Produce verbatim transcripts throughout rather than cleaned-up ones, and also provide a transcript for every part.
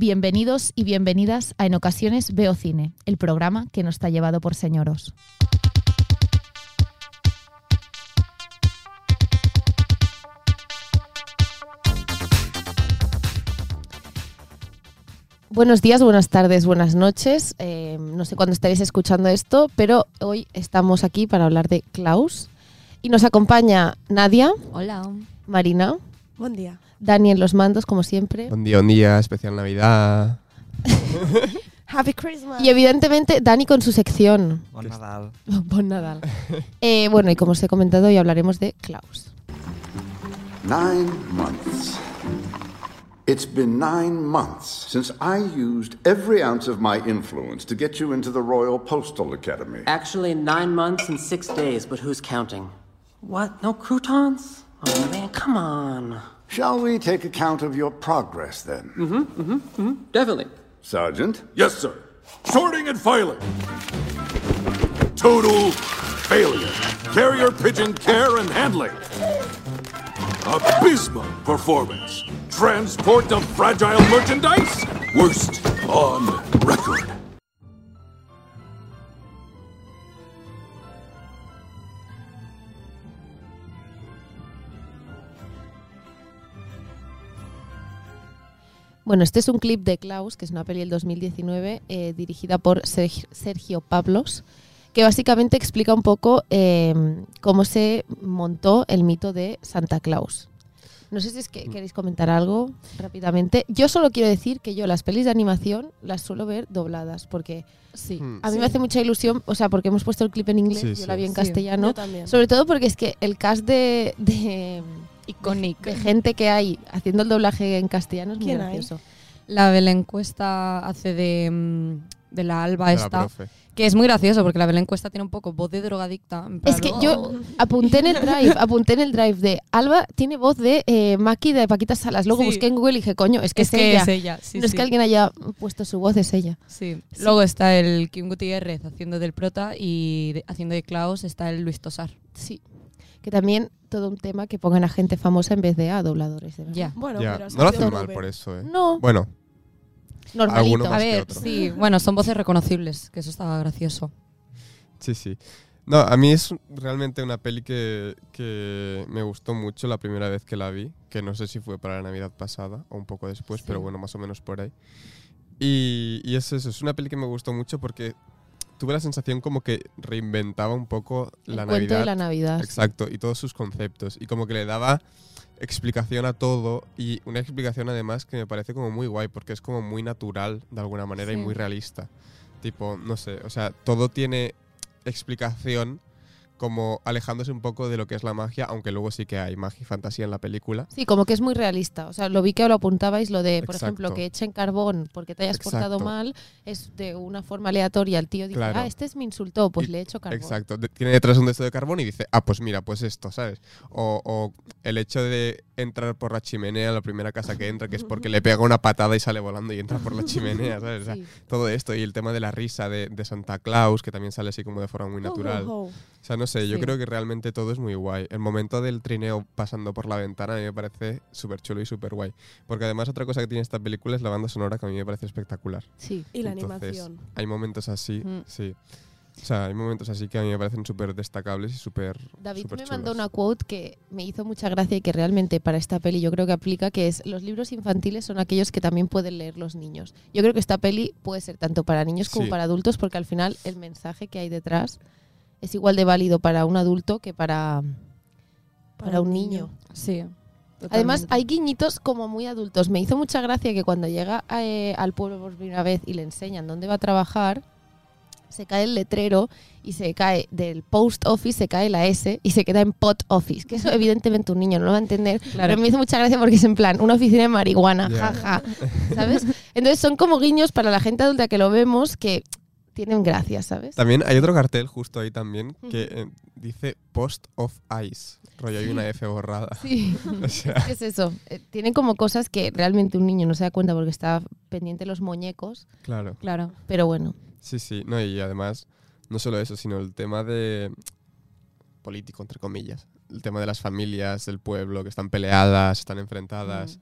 Bienvenidos y bienvenidas a En Ocasiones Veo Cine, el programa que nos está llevado por señoros. Buenos días, buenas tardes, buenas noches. Eh, no sé cuándo estaréis escuchando esto, pero hoy estamos aquí para hablar de Klaus. Y nos acompaña Nadia. Hola. Marina. Buen día. Dani en los mandos, como siempre. Buen día, buen día, especial Navidad. Happy Christmas. Y evidentemente Dani con su sección. Bon Nadal. Bon Nadal. eh, bueno, y como os he comentado, hoy hablaremos de Klaus. Nine months. It's been nine months since I used every ounce of my influence to get you into the Royal Postal Academy. Actually, nine months and six days, but who's counting? What? No croutons? Oh, man, come on. Shall we take account of your progress, then? Mm-hmm, mm-hmm, mm-hmm. Definitely. Sergeant? Yes, sir. Sorting and filing. Total failure. Carrier pigeon care and handling. Abysmal performance. Transport of fragile merchandise? Worst on record. Bueno, este es un clip de Klaus, que es una peli del dos mil diecinueve, eh, dirigida por Sergio Pablos, que básicamente explica un poco eh, cómo se montó el mito de Santa Claus. No sé si es que queréis comentar algo rápidamente. Yo solo quiero decir que yo las pelis de animación las suelo ver dobladas, porque sí, Hmm. a mí Sí. me hace mucha ilusión, o sea, porque hemos puesto el clip en inglés, Sí, yo sí. la vi en Sí, castellano, yo también. sobre todo porque es que el cast de, de, Iconic. de gente que hay haciendo el doblaje en castellano es muy ¿Quién hay? gracioso. La Belén Cuesta hace de, mm, de la Alba De la esta, profe. que es muy gracioso porque la Belén Cuesta tiene un poco voz de drogadicta. en plan, Es que "Oh". yo apunté en el drive, apunté en el drive de Alba tiene voz de eh, Maki de Paquita Salas. Luego Sí. busqué en Google y dije, coño, es que es, es que ella. es ella. Sí, no es sí. que alguien haya puesto su voz, es ella. Sí. Sí. Luego está el Kim Gutiérrez haciendo del prota y de- haciendo de Klaus está el Luis Tosar. Sí. Que también todo un tema que pongan a gente famosa en vez de a dobladores. De verdad. Ya. Bueno, Ya, pero no lo ha sido hacen mal Rubén. por eso, ¿eh? No, Bueno, normalito. alguno A más que ver, otro. sí, bueno, son voces reconocibles, que eso está gracioso. sí, sí. No, a mí es realmente una peli que, que me gustó mucho la primera vez que la vi, que no sé si fue para la Navidad pasada o un poco después, Sí. pero bueno, más o menos por ahí. Y, y es eso, es una peli que me gustó mucho porque tuve la sensación como que reinventaba un poco El la cuento Navidad. de la Navidad. Exacto, y todos sus conceptos. Y como que le daba explicación a todo y una explicación además que me parece como muy guay porque es como muy natural de alguna manera Sí. y muy realista. Tipo, no sé, o sea, todo tiene explicación como alejándose un poco de lo que es la magia, aunque luego sí que hay magia y fantasía en la película. Sí, como que es muy realista. O sea, lo vi que lo apuntabais, lo de, por Exacto. ejemplo, que echen carbón porque te hayas portado Exacto. mal, es de una forma aleatoria. El tío dice, Claro. ah, este es me insultó, pues Y- le echo carbón. Exacto, de- tiene detrás un dedo de carbón y dice, ah, pues mira, pues esto, ¿sabes? O, o el hecho de entrar por la chimenea, la primera casa que entra, que es porque le pega una patada y sale volando y entra por la chimenea, ¿sabes? O sea, Sí. todo esto y el tema de la risa de, de Santa Claus, que también sale así como de forma muy natural. Ho, ho, ho. O sea, no sé, yo Sí. creo que realmente todo es muy guay. El momento del trineo pasando por la ventana a mí me parece súper chulo y súper guay. Porque además otra cosa que tiene esta película es la banda sonora que a mí me parece espectacular. Sí. Y la Entonces, animación. Hay momentos así, Mm. sí. O sea, hay momentos así que a mí me parecen súper destacables y súper David súper me mandó chulos. una quote que me hizo mucha gracia y que realmente para esta peli yo creo que aplica, que es los libros infantiles son aquellos que también pueden leer los niños. Yo creo que esta peli puede ser tanto para niños como Sí. para adultos porque al final el mensaje que hay detrás es igual de válido para un adulto que para, para un niño. Sí. Además, totalmente. hay guiñitos como muy adultos. Me hizo mucha gracia que cuando llega eh, al pueblo por primera vez y le enseñan dónde va a trabajar, se cae el letrero y se cae del post office, se cae la S y se queda en pot office. Que eso evidentemente un niño no lo va a entender, Claro. pero me hizo mucha gracia porque es en plan una oficina de marihuana, Ya. jaja, ¿sabes? Entonces son como guiños para la gente adulta que lo vemos que tienen gracia, ¿sabes? También hay otro cartel justo ahí también que Ujú. eh, dice Post of Ice. Rollo, hay una F borrada. Sí. O sea, ¿Qué es eso? Eh, tienen como cosas que realmente un niño no se da cuenta porque está pendiente de los muñecos, claro. Claro. pero bueno. Sí, sí. No, y además, no solo eso, sino el tema de político, entre comillas. El tema de las familias del pueblo que están peleadas, están enfrentadas.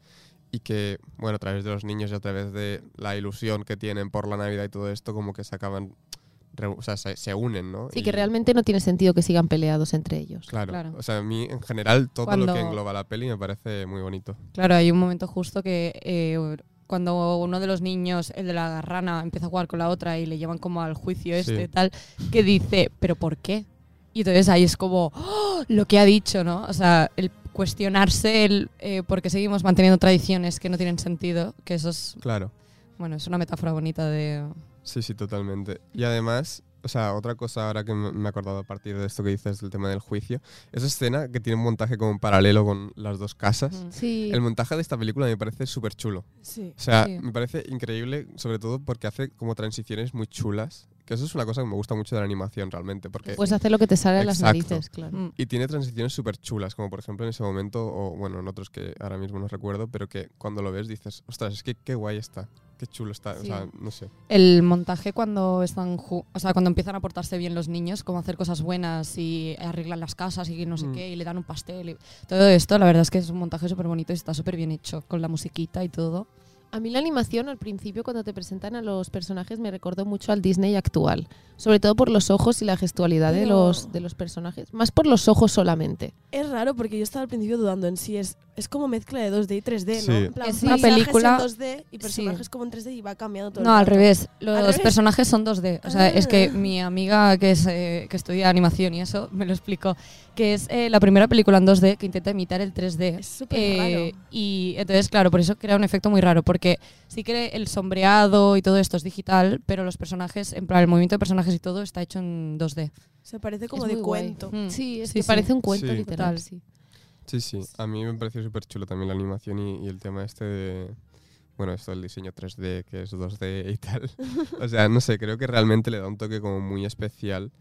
y que, bueno, a través de los niños y a través de la ilusión que tienen por la Navidad y todo esto, como que se acaban, re- o sea, se, se unen, ¿no? Sí, Y- que realmente no tiene sentido que sigan peleados entre ellos. Claro. Claro. O sea, a mí en general todo Cuando- lo que engloba la peli me parece muy bonito. Claro, hay un momento justo que eh, cuando uno de los niños, el de la rana, empieza a jugar con la otra y le llevan como al juicio este Sí. tal, que dice, ¿pero por qué? Y entonces ahí es como ¡oh! Lo que ha dicho, ¿no? O sea, el cuestionarse el eh, por qué seguimos manteniendo tradiciones que no tienen sentido, que eso es, Claro. bueno, es una metáfora bonita de... Sí, sí, totalmente. Y además, o sea, otra cosa ahora que me me he acordado a partir de esto que dices del tema del juicio, esa escena que tiene un montaje como en paralelo con las dos casas. Mm. Sí. El montaje de esta película me parece súper chulo. Sí. O sea, Sí. me parece increíble, sobre todo porque hace como transiciones muy chulas. Que eso es una cosa que me gusta mucho de la animación realmente. Porque Puedes hacer lo que te sale de las Exacto. narices, claro. Mm. Y tiene transiciones súper chulas, como por ejemplo en ese momento, o bueno, en otros que ahora mismo no recuerdo, pero que cuando lo ves dices, ostras, es que qué guay está, qué chulo está. O Sí. sea, no sé. El montaje cuando están ju- o sea, cuando empiezan a portarse bien los niños, como hacer cosas buenas y arreglan las casas y no sé Mm. qué, y le dan un pastel y todo esto, la verdad es que es un montaje súper bonito y está súper bien hecho, con la musiquita y todo. A mí la animación al principio cuando te presentan a los personajes me recordó mucho al Disney actual, sobre todo por los ojos y la gestualidad de Pero- los, de los personajes, más por los ojos solamente. Es raro porque yo estaba al principio dudando en si es, es como mezcla de dos D y tres D, ¿no? Sí. En plan, Es una paisajes película- en dos D y personajes sí. como en tres D y va cambiando todo No, el al rato. revés. Los ¿Al revés? personajes son dos D. O sea, es que Ah. mi amiga que, es, eh, que estudia animación y eso me lo explicó. Que es eh, la primera película en dos D que intenta imitar el tres D. Es súper Eh, raro. y entonces, claro, por eso crea un efecto muy raro. Porque sí que el sombreado y todo esto es digital, pero los personajes, en plan, el movimiento de personajes y todo está hecho en dos D. Se parece como Es de muy guay. cuento. Mm. Sí, es Sí, que sí. parece un cuento Sí. literal. Total. Sí. Sí, sí. A mí me pareció súper chulo también la animación y, y el tema este de... Bueno, esto del diseño tres D, que es dos D y tal. O sea, no sé, creo que realmente le da un toque como muy especial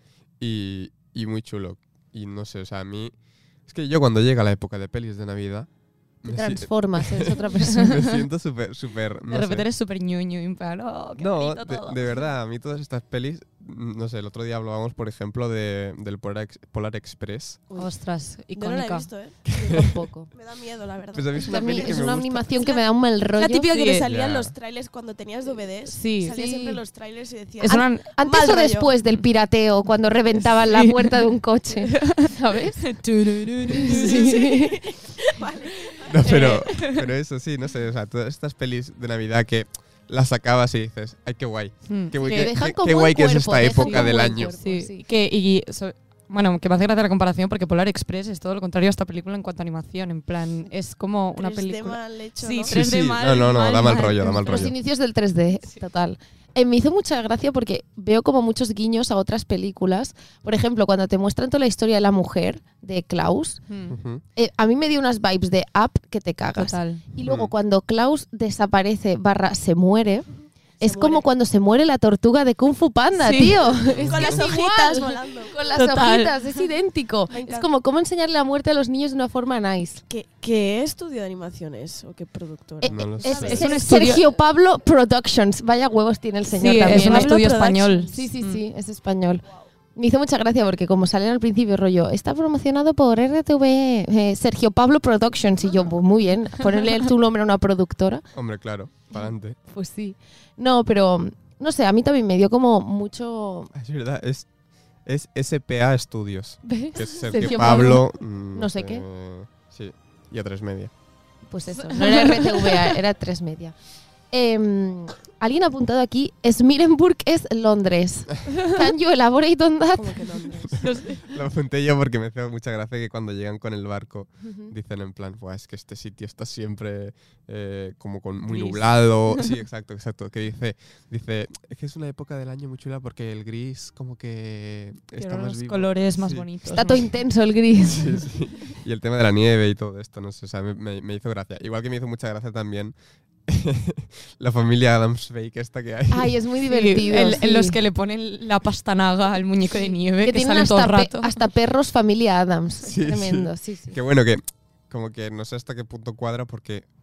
y, y muy chulo. Y no sé, o sea, a mí... Es que yo cuando llega la época de pelis de Navidad... Te me si- transformas, eres otra persona. me siento súper, súper... No de repente sé. eres súper ñoño y en plan, oh, qué No, bonito de, todo. de verdad, a mí todas estas pelis, mm, no sé, el otro día hablábamos, por ejemplo, de, del Polar, Ex- Polar Express. Ostras, Yo no la he icónica. visto, ¿eh? Yo tampoco. Me da miedo, la verdad. Pues a mí es Es, una peli que es me una gusta. animación Es que la- me da un mal rollo. La típica que Sí. te salían Ya. los trailers cuando tenías D V Ds. Sí. Salía Sí. siempre los trailers y decías... Es una, Antes Mal o rollo. después del pirateo, cuando reventaban la Sí. puerta de un coche, ¿sabes? Sí. Vale. No, pero, pero eso sí, no sé, o sea, todas estas pelis de Navidad que las sacabas y dices, ay, qué guay. Mm. Qué guay, Que que, dejan qué- como qué un guay que es cuerpo, esta dejan época como del un año. cuerpo. Sí, sí. que y so- bueno, que me hace gracia la comparación porque Polar Express es todo lo contrario a esta película en cuanto a animación, en plan, es como una tres D película. mal hecho, Sí, ¿no? Sí, tres D sí, mal, no, no, no, mal, da mal mal. rollo, da mal Los rollo. inicios del tres D, total. Eh, me hizo mucha gracia porque veo como muchos guiños a otras películas. Por ejemplo, cuando te muestran toda la historia de la mujer, de Klaus, Mm, Ujú. eh, a mí me dio unas vibes de Up que te cagas. Total. Y luego Mm. cuando Klaus desaparece, barra, se muere, Se es como muere. cuando se muere la tortuga de Kung Fu Panda, Sí. tío. Es Con que las es hojitas igual. volando. Con las Total. hojitas, es idéntico. Me Es encanta. como cómo enseñarle la muerte a los niños de una forma nice. ¿Qué, ¿Qué estudio de animación es? ¿O qué productor? Eh, No lo es, sé. es Es un el estudio- Sergio Pablo Productions. Vaya huevos tiene el señor Sí, también. es un ¿eh? Pablo estudio Productions. español. Sí, sí, Mm. sí, es español. Me hizo mucha gracia porque como salen al principio rollo, está promocionado por R T V E, eh, Sergio Pablo Productions. Y yo, pues muy bien, ponerle tu nombre a una productora. Hombre, claro, para adelante. Pues sí. No, pero no sé, a mí también me dio como mucho... Es verdad, es, es S P A Studios. ¿Ves? Que es Sergio, Sergio Pablo. mm, No sé qué. Sí, y a tres media. Pues eso, no era R T V A, era tres media. Em, Alguien ha apuntado aquí, Smirenburg es Londres. Can you elaborate on that? Como que Londres. Lo apunté yo porque me hace mucha gracia que cuando llegan con el barco dicen en plan, "Buah, es que este sitio está siempre eh, como con muy Gris. nublado". Sí, exacto, exacto. Que dice, dice, es que es una época del año muy chula porque el gris como que está Tiene más los vivo. colores más Sí. bonitos. Está ¿no? todo intenso el gris. Sí, sí. Y el tema de la nieve y todo esto, no sé, o sea, me, me- me hizo gracia. Igual que me hizo mucha gracia también la familia Adams Fake esta que hay. Ay, es muy Sí, divertido. el- sí. En los que le ponen la pastanaga al muñeco de nieve que que, tienen sale todo hasta, el pe- rato. hasta perros familia Adams. Es Sí, sí. tremendo, sí, sí. Que bueno, que como que no sé hasta qué punto cuadra porque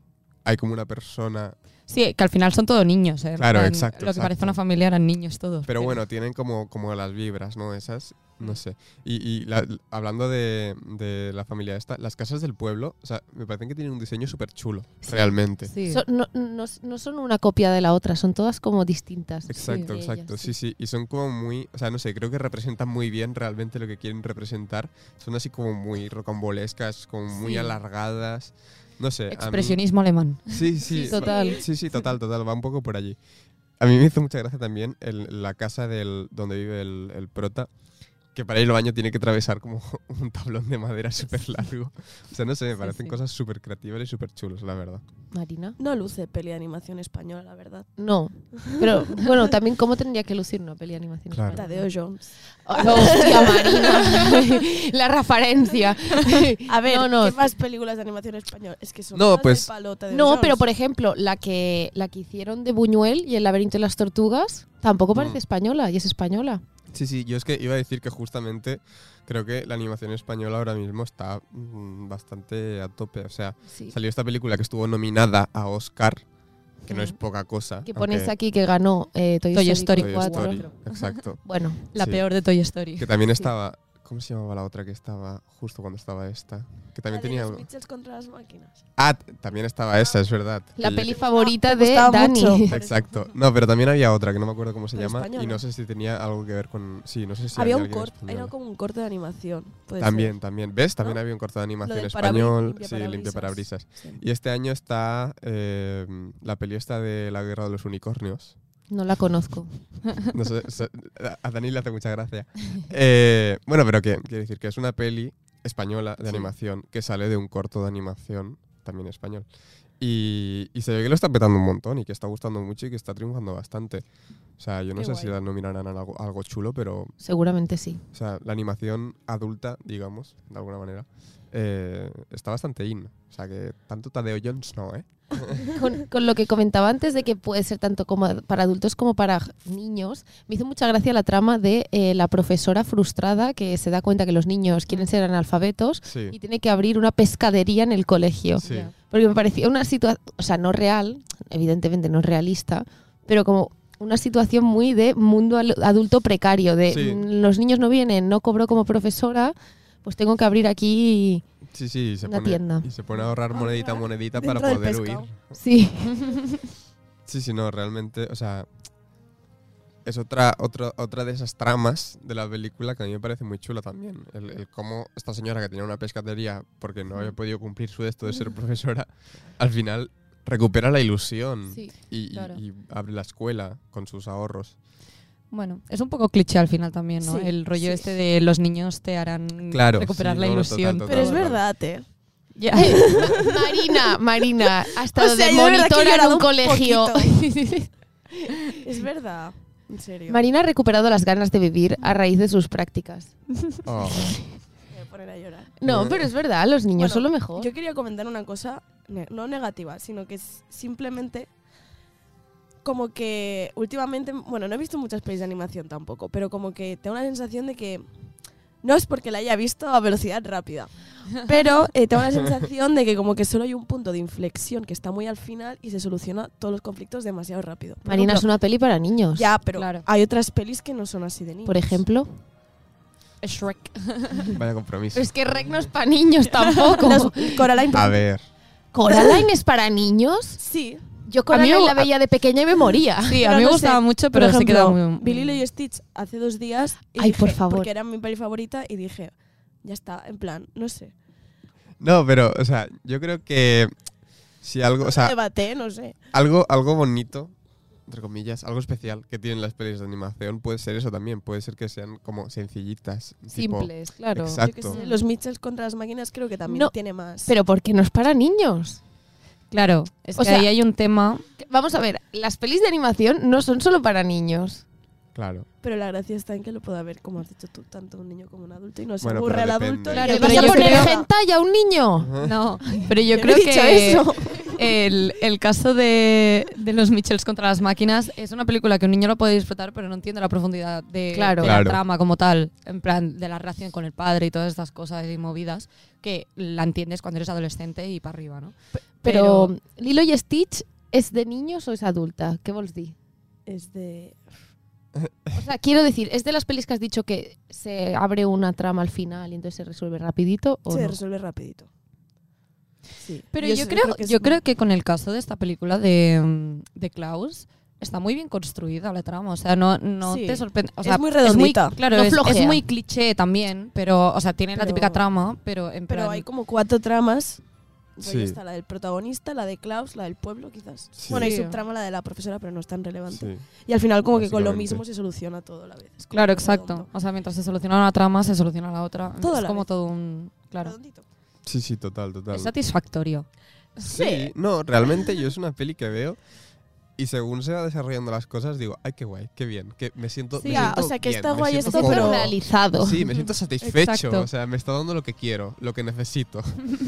hay como una persona... Sí, que al final son todos niños, ¿eh? Claro, En exacto, Lo que exacto. parece una familia eran niños todos. Pero bueno, tienen como, como las vibras, ¿no? Esas, no sé. Y, y la- hablando de, de la familia esta, las casas del pueblo, o sea, me parecen que tienen un diseño súper chulo, realmente. Sí. Son- no, no- no son una copia de la otra, son todas como distintas. Exacto, de exacto. ellas, Sí, sí. Y son como muy, o sea, no sé, creo que representan muy bien realmente lo que quieren representar. Son así como muy rocambolescas, como muy Sí. alargadas. No sé. a mí- Expresionismo alemán. Sí, sí. Sí, total. Sí, sí, total, total. Va un poco por allí. A mí me hizo mucha gracia también el- la casa del, donde vive el, el prota, que para ir al baño tiene que atravesar como un tablón de madera súper largo. O sea, no sé, me Sí, parecen sí. cosas súper creativas y súper chulos, la verdad. Marina. No luce peli de animación española, la verdad. No, pero bueno, también cómo tendría que lucir una peli de animación. Claro. española? Tadeo Jones. Oh, hostia, Marina. La referencia. A ver, no, no. ¿qué más películas de animación española? Es que son No, todas pues- del palo Tadeo No, Jones. pero por ejemplo, la que, la que hicieron de Buñuel y El laberinto de las tortugas tampoco parece Mm. española y es española. Sí, sí, yo es que iba a decir que justamente creo que la animación española ahora mismo está mm, bastante a tope. O sea, Sí. salió esta película que estuvo nominada a Oscar, que no es Mm. poca cosa. Que pones aunque- aquí que ganó eh, Toy, Toy Story, Story Toy cuatro. Story, exacto. Bueno, La Sí. peor de Toy Story. Que también Sí. estaba... ¿Cómo se llamaba la otra que estaba justo cuando estaba esta? Que también La de tenía... los uno- Mitchells contra las máquinas. Ah, t- también estaba esa, es verdad. la Que- peli favorita me de gustaba Dani. mucho. Por eso. Exacto. No, pero también había otra que no me acuerdo cómo se Pero llama española. y no sé si tenía algo que ver con... Sí, no sé si Había un alguien corto, español. era como un corte de animación. puede También, ser. también. ¿Ves? También ¿No? había un corto de animación del parabri- español. limpia Sí, limpia parabrisas. parabrisas. Sí. Y este año está eh, la peli esta de la guerra de los unicornios. No la conozco. No sé, so- a Dani le hace mucha gracia. Eh, bueno, pero que quiero decir que es una peli española de Sí. animación que sale de un corto de animación también español. Y, y se ve que lo está petando un montón y que está gustando mucho y que está triunfando bastante. O sea, yo no Qué sé guay. si la nominarán a algo, algo chulo, pero Seguramente sí. o sea, la animación adulta, digamos, de alguna manera, eh, está bastante in. O sea, que tanto Tadeo Jones no, ¿eh? Con, con lo que comentaba antes de que puede ser tanto como para adultos como para niños, me hizo mucha gracia la trama de eh, la profesora frustrada que se da cuenta que los niños quieren ser analfabetos Sí. y tiene que abrir una pescadería en el colegio. Sí. Porque me parecía una situación, o sea, no real, evidentemente no es realista, pero como una situación muy de mundo al- adulto precario, de Sí. mm, los niños no vienen, no cobro como profesora, pues tengo que abrir aquí. Sí, sí, y se, Una pone, tienda. y se pone a ahorrar monedita a monedita para Dentro del poder pescado. huir. Sí. Sí, sí, no, realmente, o sea, es otra, otra, otra de esas tramas de la película que a mí me parece muy chula también. El, el cómo esta señora que tenía una pescadería porque no había podido cumplir su esto de ser profesora, al final recupera la ilusión Sí, y, y- claro. y abre la escuela con sus ahorros. Bueno, es un poco cliché al final también, ¿no? Sí, El rollo sí. este de los niños te harán Claro, recuperar sí, la no, no, ilusión. total, Pero es total. verdad, ¿eh? Ya. Marina, Marina, ha estado O sea, de yo de verdad que he monitora en llorado un un colegio. Es verdad. En serio. Marina ha recuperado las ganas de vivir a raíz de sus prácticas. Oh, Me voy a poner a llorar. No, pero es verdad, los niños Bueno, son lo mejor. Yo quería comentar una cosa, ne- no negativa, sino que es simplemente como que últimamente, bueno, no he visto muchas pelis de animación tampoco, pero como que tengo la sensación de que no es porque la haya visto a velocidad rápida, pero eh, tengo la sensación de que como que solo hay un punto de inflexión que está muy al final y se soluciona todos los conflictos demasiado rápido. Por Marina es ejemplo, una peli para niños. ya, pero Claro. hay otras pelis que no son así de niños. Por ejemplo. Shrek. vaya compromiso. Pero es que Rec no es para niños tampoco. Los- Coraline, por A ejemplo. ver, ¿Coraline es para niños? Sí. Yo A mí Coraline me- la veía de pequeña y me moría. Sí, a Pero mí me no gustaba sé, mucho, Por pero se ejemplo, queda muy... Billy Lilo y Stitch hace dos días y Ay, dije, por favor. porque era mi peli favorita y dije, ya está, en plan, no sé. no, pero, o sea, yo creo que si algo, o sea, Debate, no sé. algo, algo bonito, entre comillas, algo especial que tienen las pelis de animación puede ser eso también. Puede ser que sean como sencillitas. tipo- Simples, claro. Exacto. Yo qué sé, los Mitchells contra las máquinas creo que también No, tiene más. Pero porque no es para niños. Claro, es O que sea- ahí hay un tema... Vamos a ver, las pelis de animación no son solo para niños. Claro. Pero la gracia está en que lo pueda ver, como has dicho tú, tanto un niño como un adulto y no se Bueno, aburre pero al depende. adulto. Claro, y ¿Le al vas pero a yo niño poner creo- nada. hentai a un niño? No, pero yo Yo no creo he dicho que... eso. el, el caso de, de los Mitchells contra las máquinas es una película que un niño lo puede disfrutar, pero no entiende la profundidad de, Claro. de Claro. la trama como tal, en plan de la relación con el padre y todas estas cosas y movidas que la entiendes cuando eres adolescente y para arriba, ¿no? Pero, Lilo y Stitch, ¿es de niños o es adulta? ¿Qué vols dir? Es de... O sea, quiero decir, ¿es de las pelis que has dicho que se abre una trama al final y entonces se resuelve rapidito o Se no? resuelve rapidito. Sí. Pero Yo yo, sé- creo, que es yo un- creo que con el caso de esta película de, mm, de Klaus está muy bien construida la trama, o sea, no, no Sí. te sorprende. O Es sea, muy redondita. claro, No es, flojea. es muy cliché también, pero, o sea, tiene la Pero- típica trama, pero en Pero plan- hay como cuatro tramas. Sí. Rollo está la del protagonista, la de Klaus, la del pueblo quizás. Sí. Bueno, hay Sí. subtrama la de la profesora, pero no es tan relevante. Sí. Y al final como que con lo Básicamente. mismo se soluciona todo a la vez. Es como Claro, muy exacto. redondo. O sea, mientras se soluciona una trama, se soluciona la otra. Todo a es la como vez. todo un... Claro. Redondito. Sí, sí, total, total. Es satisfactorio. Sí, no, realmente yo es una peli que veo y según se va desarrollando las cosas digo, ay, qué guay, qué bien, que me siento, Sí, me ah, siento o sea, que bien, está me guay siento esto, como- pero- realizado. Sí, me siento satisfecho, Exacto. o sea, me está dando lo que quiero, lo que necesito.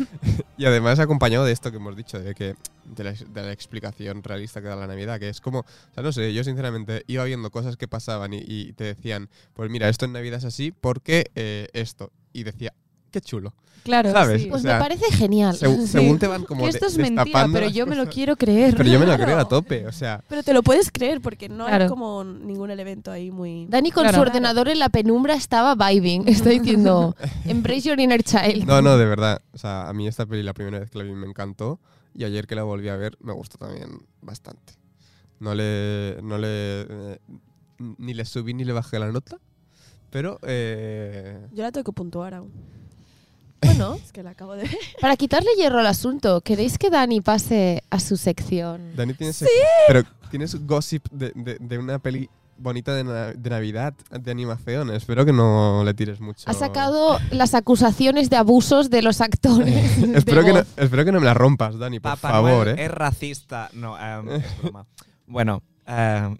Y además acompañado de esto que hemos dicho, de que de la, de la explicación realista que da la Navidad, que es como, o sea, no sé, yo sinceramente iba viendo cosas que pasaban y, y te decían, pues mira, esto en Navidad es así, porque eh, esto, y decía, qué chulo. Claro, ¿Sabes? sí. Pues O sea, me parece genial. Segu- Sí. Según te van como Que esto de- es mentira, destapando pero las yo me lo cosas. quiero creer. Pero yo me lo Claro. creo a tope, o sea, Pero te lo puedes creer porque no Claro. hay como ningún elemento ahí muy... Dani con Claro. su ordenador en la penumbra estaba vibing. Está diciendo, embrace your inner child. no, no, de verdad. O sea, a mí esta peli la primera vez que la vi me encantó y ayer que la volví a ver me gustó también bastante. No le, no le, eh, ni le subí ni le bajé la nota, pero eh, Yo la tengo que puntuar aún. Bueno, Es que la acabo de ver. para quitarle hierro al asunto, ¿queréis que Dani pase a su sección? Dani tienes, pero tienes gossip de, de, de una peli bonita de, na- de Navidad, de animación. Espero que no le tires mucho. Ha sacado las acusaciones de abusos de los actores. de espero, que no, voz. espero que no me la rompas, Dani, por Papá favor, Noel ¿eh? es racista. No, em, es broma. Bueno, em,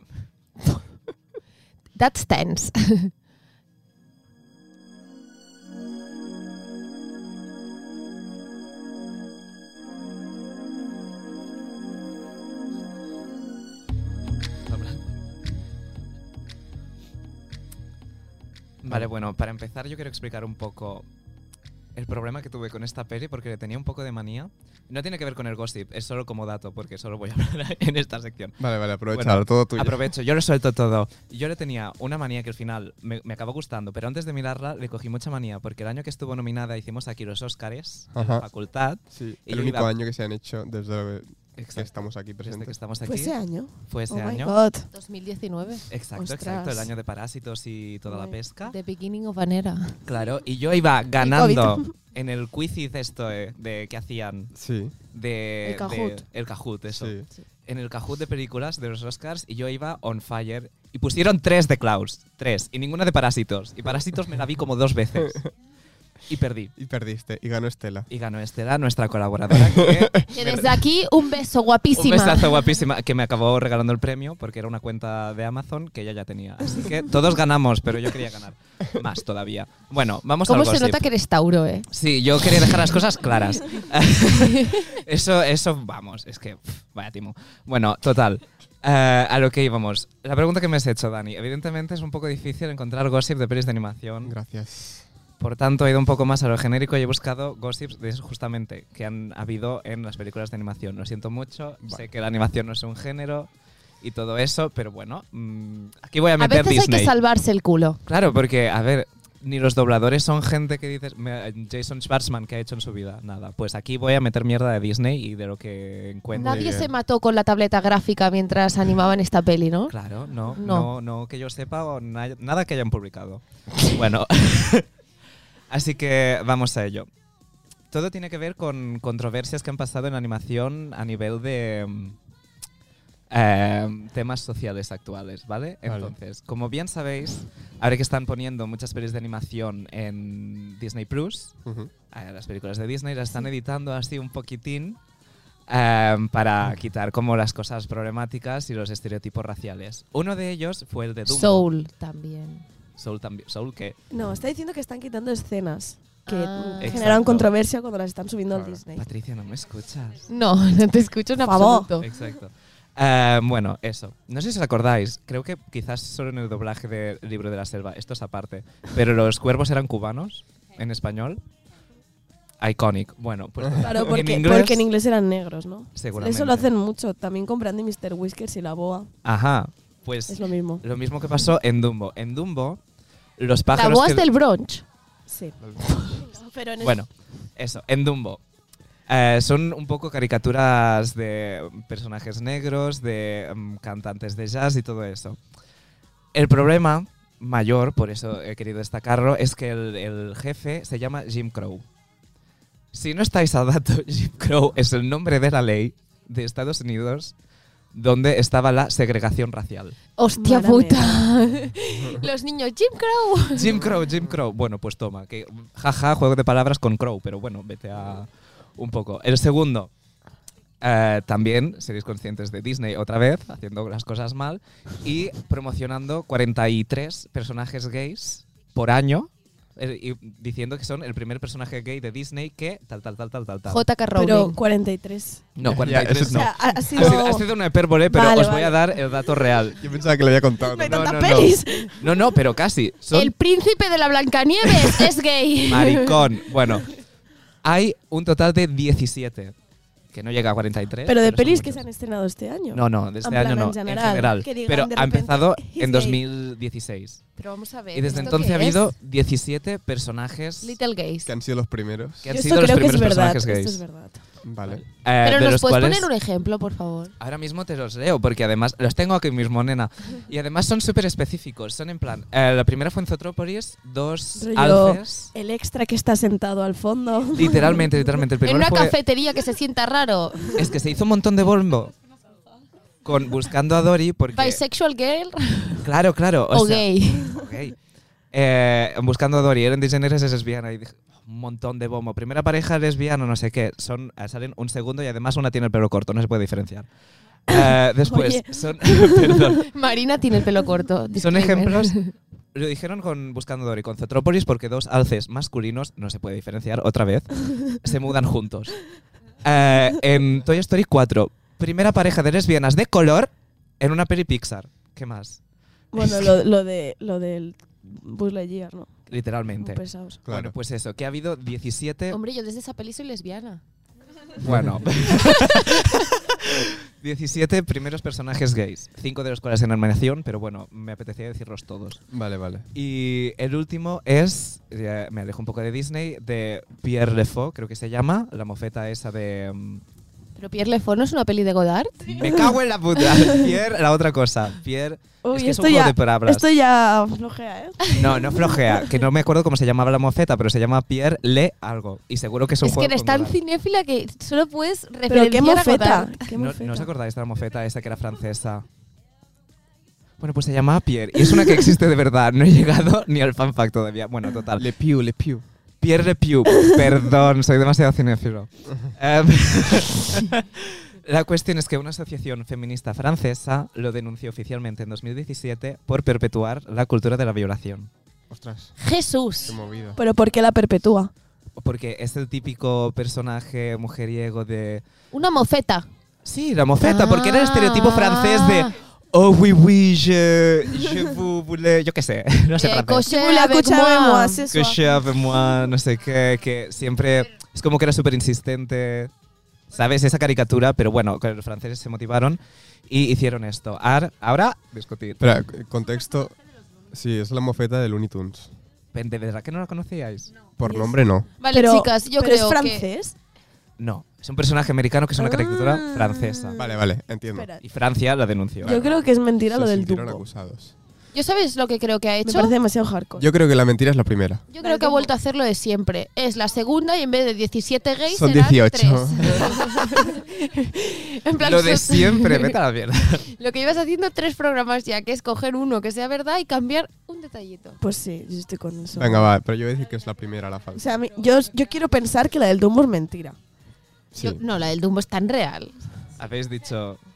That's tense. vale, bueno, para empezar yo quiero explicar un poco el problema que tuve con esta peli porque le tenía un poco de manía. No tiene que ver con el gossip, es solo como dato porque solo voy a hablar en esta sección. Vale, vale, aprovecha, Bueno, todo tuyo. Aprovecho, yo lo suelto todo. Yo le tenía una manía que al final me, me acabó gustando, pero antes de mirarla le cogí mucha manía porque el año que estuvo nominada hicimos aquí los Óscares en la Ajá. facultad. Sí, y el yo único iba- año que se han hecho desde que Exacto. estamos aquí Desde que presentes. estamos aquí. ¿Fue ese año? Fue ese Oh my año. God. dos mil diecinueve. Exacto, Ostras. exacto. El año de Parásitos y toda la Ay. pesca. The beginning of an era. Claro, y yo iba ganando COVID. en el quiz esto eh, de que hacían Sí, de El Kahoot. de- el Kahoot, eso. sí. En el Kahoot de películas de los Oscars y yo iba on fire y pusieron tres de Klaus, tres y ninguna de Parásitos. Y Parásitos me la vi como dos veces y perdí. Y perdiste, y ganó Estela. Y ganó Estela, nuestra colaboradora, que Que desde aquí un beso guapísima. un besazo guapísima, que me acabó regalando el premio porque era una cuenta de Amazon que ella ya tenía. Así que todos ganamos, pero yo quería ganar más todavía. Bueno, vamos ¿Cómo al se gossip. nota que eres Tauro, eh? Sí, yo quería dejar las cosas claras. eso, eso, vamos, es que, pff, vaya timo. Bueno, total. Eh, a lo que íbamos. La pregunta que me has hecho, Dani. Evidentemente es un poco difícil encontrar gossip de pelis de animación. Gracias. Por tanto, he ido un poco más a lo genérico y he buscado gossips de eso justamente que han habido en las películas de animación. Lo siento mucho, Vale. sé que la animación no es un género y todo eso, pero bueno, mm, aquí voy a A meter veces hay Disney. que salvarse el culo. Claro, porque, a ver, ni los dobladores son gente que dices, me- Jason Schwartzman, ¿qué ha hecho en su vida? Nada. Pues aquí voy a meter mierda de Disney y de lo que encuentro. Nadie bien. se mató con la tableta gráfica mientras animaban esta peli, ¿no? Claro, no, No. no, no, que yo sepa o na- nada que hayan publicado. Bueno, así que vamos a ello. Todo tiene que ver con controversias que han pasado en animación a nivel de mm, eh, temas sociales actuales, ¿vale? Vale. Entonces, como bien sabéis, ahora que están poniendo muchas pelis de animación en Disney Plus, Ujú. eh, las películas de Disney las están editando así un poquitín eh, para quitar como las cosas problemáticas y los estereotipos raciales. Uno de ellos fue el de Dumbo. Soul también. Soul también. Soul que No, está diciendo que están quitando escenas. que Ah. generan Exacto. controversia cuando las están subiendo al Claro. Disney. Patricia, ¿no me escuchas? No, no te escucho en Por favor. absoluto. Exacto. Eh, bueno, eso. No sé si os acordáis, creo que quizás solo en el doblaje de Libro de la Selva, esto es aparte, pero los cuervos eran cubanos en español. Iconic. Bueno, pues Claro, en porque, inglés, porque en inglés eran negros, ¿no? seguramente. Eso lo hacen mucho. También con Brandy, mister Whiskers y la boa. Ajá. Pues Es lo mismo. lo mismo que pasó en Dumbo. En Dumbo, los La pájaros boa que- es del brunch. Sí. Pero en Bueno, eso, en Dumbo. Eh, son un poco caricaturas de personajes negros, de mm, cantantes de jazz y todo eso. El problema mayor, por eso he querido destacarlo, es que el, el jefe se llama Jim Crow. Si no estáis al dato, Jim Crow es el nombre de la ley de Estados Unidos donde estaba la segregación racial. ¡Hostia Madre puta! Los niños, Jim Crow. Jim Crow, Jim Crow. Bueno, pues toma, que jaja, juego de palabras con Crow, pero bueno, vete a un poco. El segundo, eh, también seréis conscientes de Disney otra vez, haciendo las cosas mal y promocionando cuarenta y tres personajes gays por año eh, y diciendo que son el primer personaje gay de Disney que tal, tal, tal, tal, tal, tal. J K. Pero Rowling. cuarenta y tres. No, Ya, cuarenta y tres eso O no. sea, ha, ha Ha sido... sido, ha sido una hipérbole, pero Vale, os voy a vale. dar el dato real. Yo pensaba que lo había contado. No hay ¿no? No, tantas no, no. pelis. No, no, pero casi. Son El príncipe de la Blancanieves es gay. maricón. Bueno, hay un total de diecisiete, que no llega a cuarenta y tres. Pero de son pelis que muchos. se han estrenado este año. No, no, de En este plan, año no, en en general, general. que digan Pero de ha repente, empezado "He's en gay". dos mil dieciséis. Pero vamos a ver. Y desde ¿esto entonces qué ha habido es? diecisiete personajes Little gays. Que han sido los primeros. que han Yo sido esto los creo que es primeros verdad. personajes Esto gays. es verdad. Vale. Eh, Pero de nos los puedes cuales poner un ejemplo, por favor. ahora mismo te los leo, porque además los tengo aquí mismo, nena. Y además son súper específicos. Son en plan, eh, la primera fue en Zootropolis, dos Rollo- alces. El extra que está sentado al fondo. Literalmente, literalmente. El En primero una fue, cafetería que se sienta raro. es que se hizo un montón de bombo con Buscando a Dory porque... Bisexual girl Claro, claro. o, sea, gay. ok. Eh, buscando a Dory, Ellen DeGeneres es lesbiana y dije, un montón de bombo. Primera pareja lesbiana, no sé qué. Son, eh, salen un segundo y además una tiene el pelo corto, no se puede diferenciar. Eh, después, Oye. son, perdón, Marina tiene el pelo corto. son disclaimer. ejemplos. Lo dijeron con Buscando a Dory, con Zootropolis, porque dos alces masculinos, no se puede diferenciar otra vez, se mudan juntos. Eh, en Toy Story cuatro, primera pareja de lesbianas de color en una peli Pixar. ¿Qué más? Bueno, lo, lo, de, lo del Buzz Lightyear, ¿no? Literalmente. Muy pesados. Claro. Bueno, pues eso, que ha habido diecisiete. Hombre, yo desde esa peli soy lesbiana. Bueno. diecisiete primeros personajes gays. Cinco de los cuales en animación, pero bueno, me apetecía decirlos todos. Vale, vale. Y el último es, eh, me alejo un poco de Disney, de Pierre Lefaux, creo que se llama, la mofeta esa de... mm, Pero Pierre Lefort no es una peli de Godard. me cago en la puta. Pierre, la otra cosa. Pierre... Uy, es que es un esto, juego ya, de palabras. esto ya flojea, ¿eh? No, no flojea, que no me acuerdo cómo se llamaba la mofeta, pero se llama Pierre Le algo. Y seguro que es un Es que juego eres con tan Godard. cinéfila que solo puedes referenciar Pero qué a mofeta. Godard. Qué ¿No, mofeta. ¿No os acordáis de la mofeta esa que era francesa? Bueno, pues se llamaba Pierre. Y es una que existe de verdad. No he llegado ni al fan fact todavía. Bueno, total. Le Pew, Le Pew. Pierre Le Pew. Perdón, soy demasiado cinéfilo. Em, la cuestión es que una asociación feminista francesa lo denunció oficialmente en dos mil diecisiete por perpetuar la cultura de la violación. Ostras, Jesús. qué movida. Pero ¿por qué la perpetúa? Porque es el típico personaje mujeriego de... Una mofeta. Sí, la mofeta, porque era el Ah. estereotipo francés de... Oh oui, oui, je, je vous voulais... Yo qué sé, no sé Eh, francés. coucher La avec cucha moi. de moi, c'est Que ça. je avec moi, no sé qué, que siempre... Es como que era súper insistente, ¿sabes? Esa caricatura, pero bueno, que los franceses se motivaron y hicieron esto. Ar- ahora, discutir. Espera, c- contexto. Sí, es la mofeta de Looney Tunes. ¿De verdad que no la conocíais? Por nombre no. Vale, Pero- chicas, yo pero creo es que... francés. No, es un personaje americano que es una caricatura Ah. francesa. Vale, vale, entiendo. Espera. Y Francia la denunció. Yo creo que es mentira Se lo del sintieron Dumbo. acusados. ¿Yo sabes lo que creo que ha Me hecho? parece demasiado hardcore. Yo creo que la mentira es la primera. Yo creo que ha vuelto a hacer lo de siempre. Es la segunda y en vez de diecisiete gays Son serán dieciocho. tres. En plan, Lo de son- siempre, vete a la mierda. Lo que ibas haciendo tres programas ya, que es coger uno que sea verdad y cambiar un detallito. Pues sí, yo estoy con eso. Venga, va, pero yo voy a decir que es la primera la O falsa. sea, a mí- yo, yo quiero pensar que la del Dumbo es mentira. Sí. Yo- no, la del Dumbo es tan real. Habéis dicho...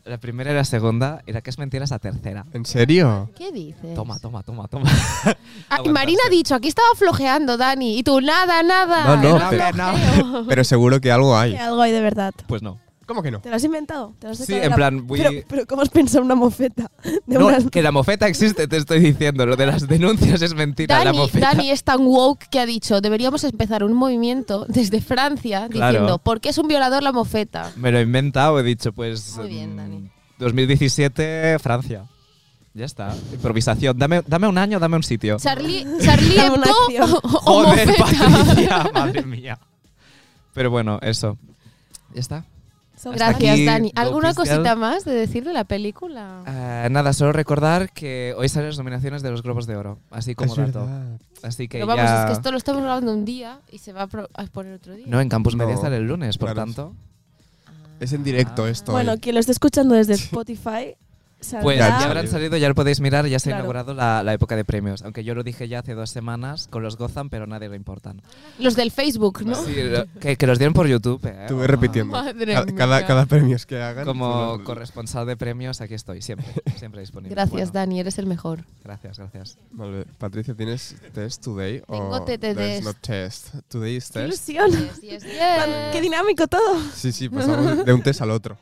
La primera y la segunda, y la que es mentira es la tercera. ¿En serio? ¿Qué dices? Toma, toma, toma, toma. Ah, y Aguantarse. Marina ha dicho, aquí estaba flojeando, Dani. Y tú, nada, nada. No, no, era pero- flojeo. Pero seguro que algo hay. Que algo hay de verdad. Pues no. ¿Cómo que no? ¿Te lo has inventado? ¿Te lo has Sí, sacado de en la- plan, voy- Pero, pero ¿cómo has pensado una mofeta? De No, unas- que la mofeta existe, te estoy diciendo. Lo de las denuncias es mentira. la Dani, mofeta. Dani es tan woke que ha dicho, deberíamos empezar un movimiento desde Francia Claro. diciendo, ¿por qué es un violador la mofeta? Me lo he inventado, he dicho, pues. Muy bien, mm, Dani. dos mil diecisiete, Francia. Ya está. Improvisación. Dame, dame un año, dame un sitio. Charlie, Charlie Dame una Hebdo acción. o, o Joder, mofeta. Patricia, madre mía. Pero bueno, eso. Ya está. Son Hasta Gracias, aquí, Dani. Go ¿Alguna Crystal. cosita más de decir de la película? Eh, nada, solo recordar que hoy salen las nominaciones de los Globos de Oro. Así como Es dato. verdad. Así que Pero vamos, ya. es que esto lo estamos grabando un día y se va a, pro- a exponer otro día. No, en Campus Media No, sale el lunes, por claro. tanto. Es en directo Ah. esto. Bueno, eh. quien lo esté escuchando desde Spotify, saldrá. Pues Ya, ya, ya. habrán salido, ya lo podéis mirar, ya se ha Claro. inaugurado la, la época de premios. Aunque yo lo dije ya hace dos semanas con los Gotham, pero nadie le importan. Los del Facebook, ¿no? Sí, lo- que, que los dieron por YouTube. Eh. Estuve repitiendo. Madre Ca- mía. cada, cada premios que hagan. Como tú lo- corresponsal de premios, aquí estoy, siempre, siempre disponible. Gracias, Bueno, Dani, eres el mejor. Gracias, gracias. Vale. Patricia, ¿tienes test today? Tengo o te- te- there's test. no test? Today is ¡Qué test. ilusión! Yes, yes, yes. ¡Qué dinámico todo! Sí, sí, pasamos de un test al otro.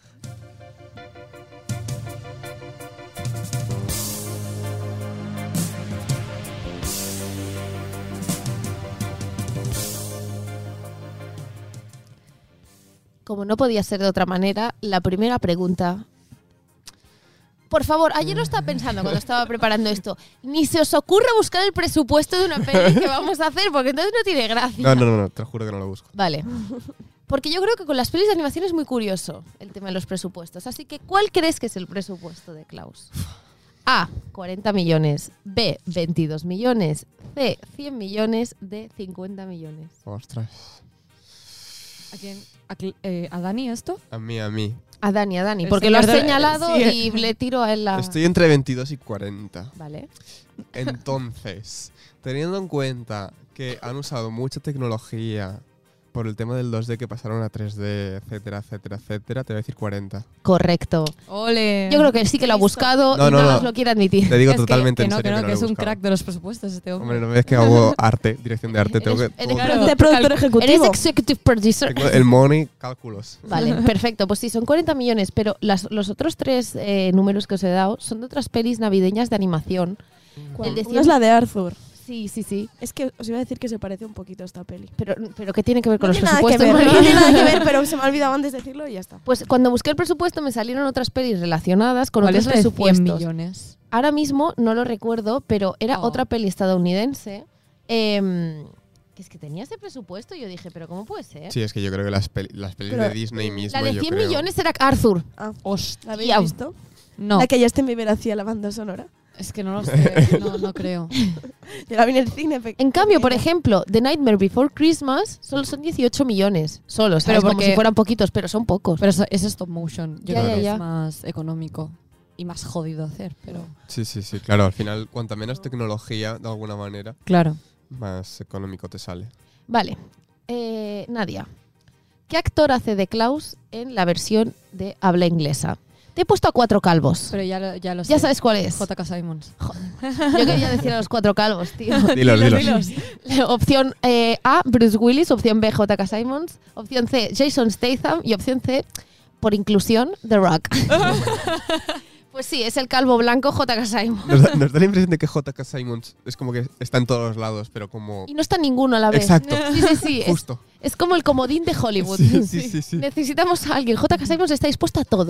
Como no podía ser de otra manera, la primera pregunta. Por favor, ayer lo estaba pensando cuando estaba preparando esto. Ni se os ocurra buscar el presupuesto de una peli que vamos a hacer, porque entonces no tiene gracia. No, no, no, no, te lo juro que no lo busco. Vale. Porque yo creo que con las pelis de animación es muy curioso el tema de los presupuestos. Así que, ¿cuál crees que es el presupuesto de Klaus? A, cuarenta millones. B, veintidós millones. C, cien millones. D, cincuenta millones. Ostras. ¿A quién? ¿A, Cl- eh, ¿a Dani esto? A mí, a mí. A Dani, a Dani, El porque lo has señor de- señalado sí. y le tiro a él la... Estoy entre veintidós y cuarenta. Vale. Entonces, teniendo en cuenta que han usado mucha tecnología por el tema del dos D que pasaron a tres D, etcétera, etcétera, etcétera, te voy a decir cuarenta. Correcto. ¡Ole! Yo creo que sí que lo ha buscado No, y no, nada no. más lo quiere admitir. Te digo Es que- totalmente que en no, serio que no, que, que no es lo he un buscado. crack de los presupuestos este hombre. Hombre, no ves que hago arte, dirección de arte. Tengo que... Eres- todo- eres- De productor Eres ejecutivo. executive producer. tengo el money, cálculos. Vale, perfecto. Pues sí, son cuarenta millones, pero las- los otros tres eh, números que os he dado son de otras pelis navideñas de animación. El de Una cien- es la de Arthur. Sí, sí, sí. Es que os iba a decir que se parece un poquito a esta peli. Pero, pero ¿qué tiene que ver con No los tiene nada que presupuestos, ver, no María? tiene nada que ver, pero se me ha olvidado antes decirlo y ya está. Pues cuando busqué el presupuesto me salieron otras pelis relacionadas con ¿Cuál otros es la de cien presupuestos. millones? Ahora mismo no lo recuerdo, pero era Oh. otra peli estadounidense. em, que es que tenía ese presupuesto y yo dije, ¿pero cómo puede ser? Sí, es que yo creo que las, peli- las pelis Pero, de Disney mismo, La de yo cien creo- millones era Arthur. Ah, Hostia. ¿la habéis Ya. visto? No, La que Justin Bieber hacía la banda sonora. es que no lo sé. No, no creo. Yo la vi en el cine. pe- En cambio, por pequeña. ejemplo, The Nightmare Before Christmas solo son dieciocho millones. Solo, ¿sabes? Pero Como porque- si fueran poquitos, pero son pocos. Pero eso- es stop motion. Yo Ya, creo ya, que ya. es más económico y más jodido hacer, pero... Sí, sí, sí, claro. Al final, cuanta menos tecnología, de alguna manera, Claro. más económico te sale. Vale. Eh, Nadia, ¿qué actor hace de Klaus en la versión de habla inglesa? Te he puesto a cuatro calvos. Pero ya lo, ya lo sé. Ya sabes cuál es. J K. Simons. Yo quería decir a los cuatro calvos, tío. Dilos, dilos. Opción eh, A, Bruce Willis. Opción B, J K. Simons. Opción C, Jason Statham. Y opción C, por inclusión, The Rock. Pues sí, es el calvo blanco J K. Simons. Nos da, nos da la impresión de que J K. Simons es como que está en todos los lados, pero como... Y no está ninguno a la vez. Exacto. Sí, sí, sí. Es, Justo. es como el comodín de Hollywood. Sí, sí, sí, sí. Necesitamos a alguien. J K. Simons está dispuesto a todo.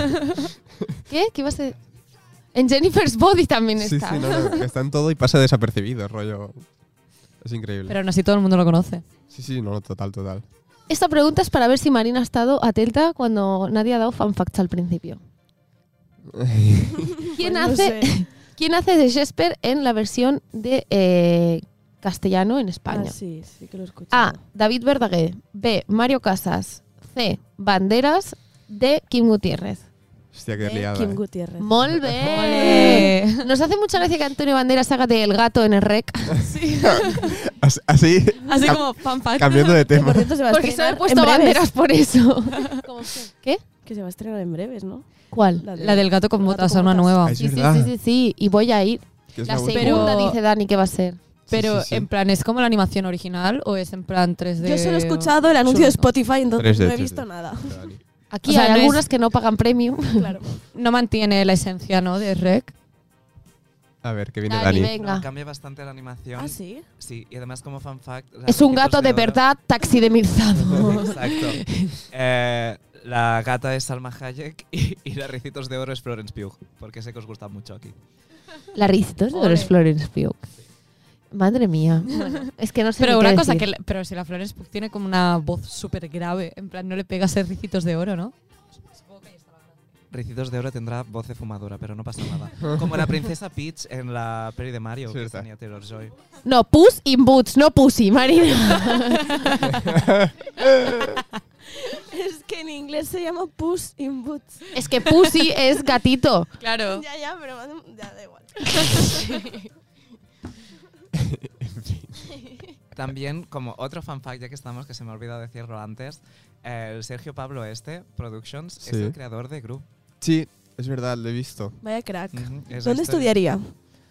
¿Qué? ¿Qué ibas a decir? En Jennifer's Body también Sí, está. sí, no, no, que está en todo y pasa desapercibido, rollo. Es increíble. Pero aún así todo el mundo lo conoce. Sí, sí, no, no, total, total. Esta pregunta es para ver si Marina ha estado atenta cuando nadie ha dado fan facts al principio. ¿Quién, Pues no hace, sé. ¿Quién hace de Jesper en la versión de eh, castellano en España? Ah, sí, sí que lo he escuchado. A. David Verdaguer. B. Mario Casas. C. Banderas. D. Kim Gutiérrez. Hostia, qué De liada. Kim eh. Gutiérrez. Molt bé. Ole. Nos hace mucha gracia que Antonio Banderas haga de El Gato en el Rec. Así, así, Así cam- como fan fact. cambiando de Que, tema. por cierto, se va a Porque se me estrenar he puesto en breves. banderas por eso. ¿Qué? Que se va a estrenar en breves, ¿no? ¿Cuál? La, de- La del gato con el botas, con una botas. nueva. Ah, es Sí, sí, verdad. sí, sí, sí. Y voy a ir. Que es La última. segunda Pero- dice Dani que va a ser. Pero, sí, sí. en plan, ¿es como la animación original o es en plan tres D? Yo solo he escuchado el anuncio de Solo- Spotify, entonces tres D, no he tres D. visto nada. Dani. Aquí O sea, hay no es- algunas que no pagan premium. Claro. No mantiene la esencia, ¿no? De Rec. A ver, que viene Dani, Dani. venga. No, cambia bastante la animación. ¿Ah, sí? Sí, y además como fan fact... las Es un Ricitos gato de Oro- verdad taxidermizado. Exacto. Eh, la gata es Salma Hayek y, y la Ricitos de Oro es Florence Pugh, porque sé que os gusta mucho aquí. La risitos de Ole. los Florence Pugh. Madre mía. Bueno, es que no sé Pero ni una qué cosa, decir. que la- pero si la Florence Pugh tiene como una voz súper grave, en plan, no le pega a ser ricitos de oro, ¿no? Ricitos de Oro tendrá voz de fumadora, pero no pasa nada. Como la princesa Peach en la peli de Mario, Sí, que está. tenía Taylor-Joy. No, Puss in Boots, no Pussy, Marina. Es que en inglés se llama Puss in Boots. Es que Pussy es gatito. Claro. Ya, ya, pero ya da igual. También, como otro fan fact, ya que estamos, que se me ha olvidado decirlo antes, el Sergio Pablo Este, Productions, es Sí. el creador de Gru. Sí, es verdad, lo he visto. Vaya crack. Ujú, es ¿Dónde este- estudiaría?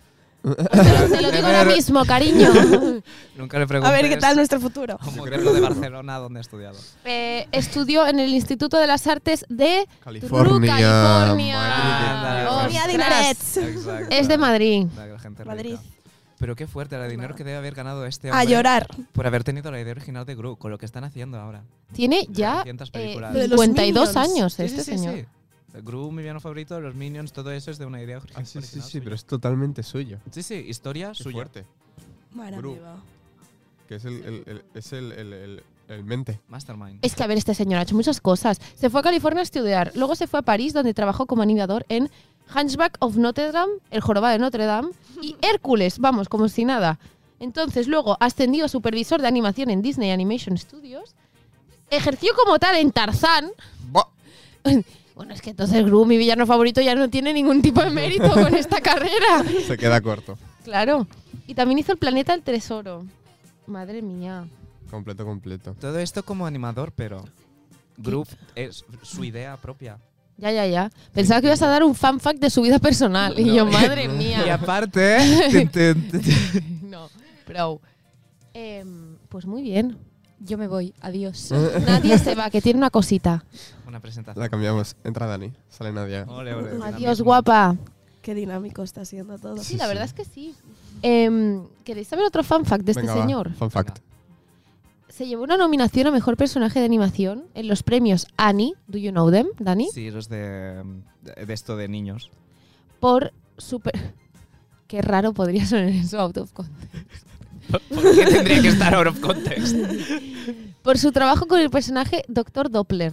Te lo digo ahora mismo, cariño. Nunca le preguntes A ver qué tal nuestro futuro. como modelo de Barcelona dónde ha estudiado. Eh, estudió en el Instituto de las Artes de California. California. Madre de Oh, Dios. Mía ostras. Dinarets. Exacto. Es de Madrid. La gente Madrid. rica. Pero qué fuerte, el dinero que debe haber ganado este A hombre llorar. por haber tenido la idea original de Gru, con lo que están haciendo ahora. Tiene ya trescientas eh, películas. Lo de los cincuenta y dos Minions. años Sí, este sí, sí, señor. sí. El Gru, mi villano favorito, los Minions, todo eso es de una idea ori- Ah, sí, original. sí, sí, suya. pero es totalmente suyo. Sí, sí, historia Qué suya. fuerte. Madre Gru. mía. Que es el, el, el- es el, el, el, el mente. Mastermind. Es que, a ver, este señor ha hecho muchas cosas. Se fue a California a estudiar, luego se fue a París, donde trabajó como animador en Hunchback of Notre Dame, El jorobado de Notre Dame, y Hércules, vamos, como si nada. Entonces, luego ascendió a supervisor de animación en Disney Animation Studios, ejerció como tal en Tarzán. Buah. Bueno, es que entonces Gru, mi villano favorito, ya no tiene ningún tipo de mérito con esta carrera. Se queda corto. Claro. Y también hizo El planeta del tesoro. Madre mía. Completo, completo. Todo esto como animador, pero Gru es su idea propia. Ya, ya, ya. Pensaba que ibas a dar un fan fact de su vida personal. Y yo, madre Y mía. aparte, tin, tin, tin. No, bro. Em, pues muy bien. Yo me voy, adiós. Nadie se va, que tiene una cosita. una presentación. La cambiamos. Entra Dani. Sale Nadia. Ole, ole, Adiós, dinamismo. guapa. Qué dinámico está siendo todo. Sí, la verdad es que sí. Em, ¿Queréis saber otro fan fact de este Venga, va. señor? Fun fact. Se llevó una nominación a Mejor Personaje de Animación en los premios Annie, do you know them, Dani? Sí, los de, de, de esto de niños. Por super... Qué raro podría sonar eso out of context. ¿Por qué tendría que estar out of context? Por su trabajo con el personaje doctor Doppler.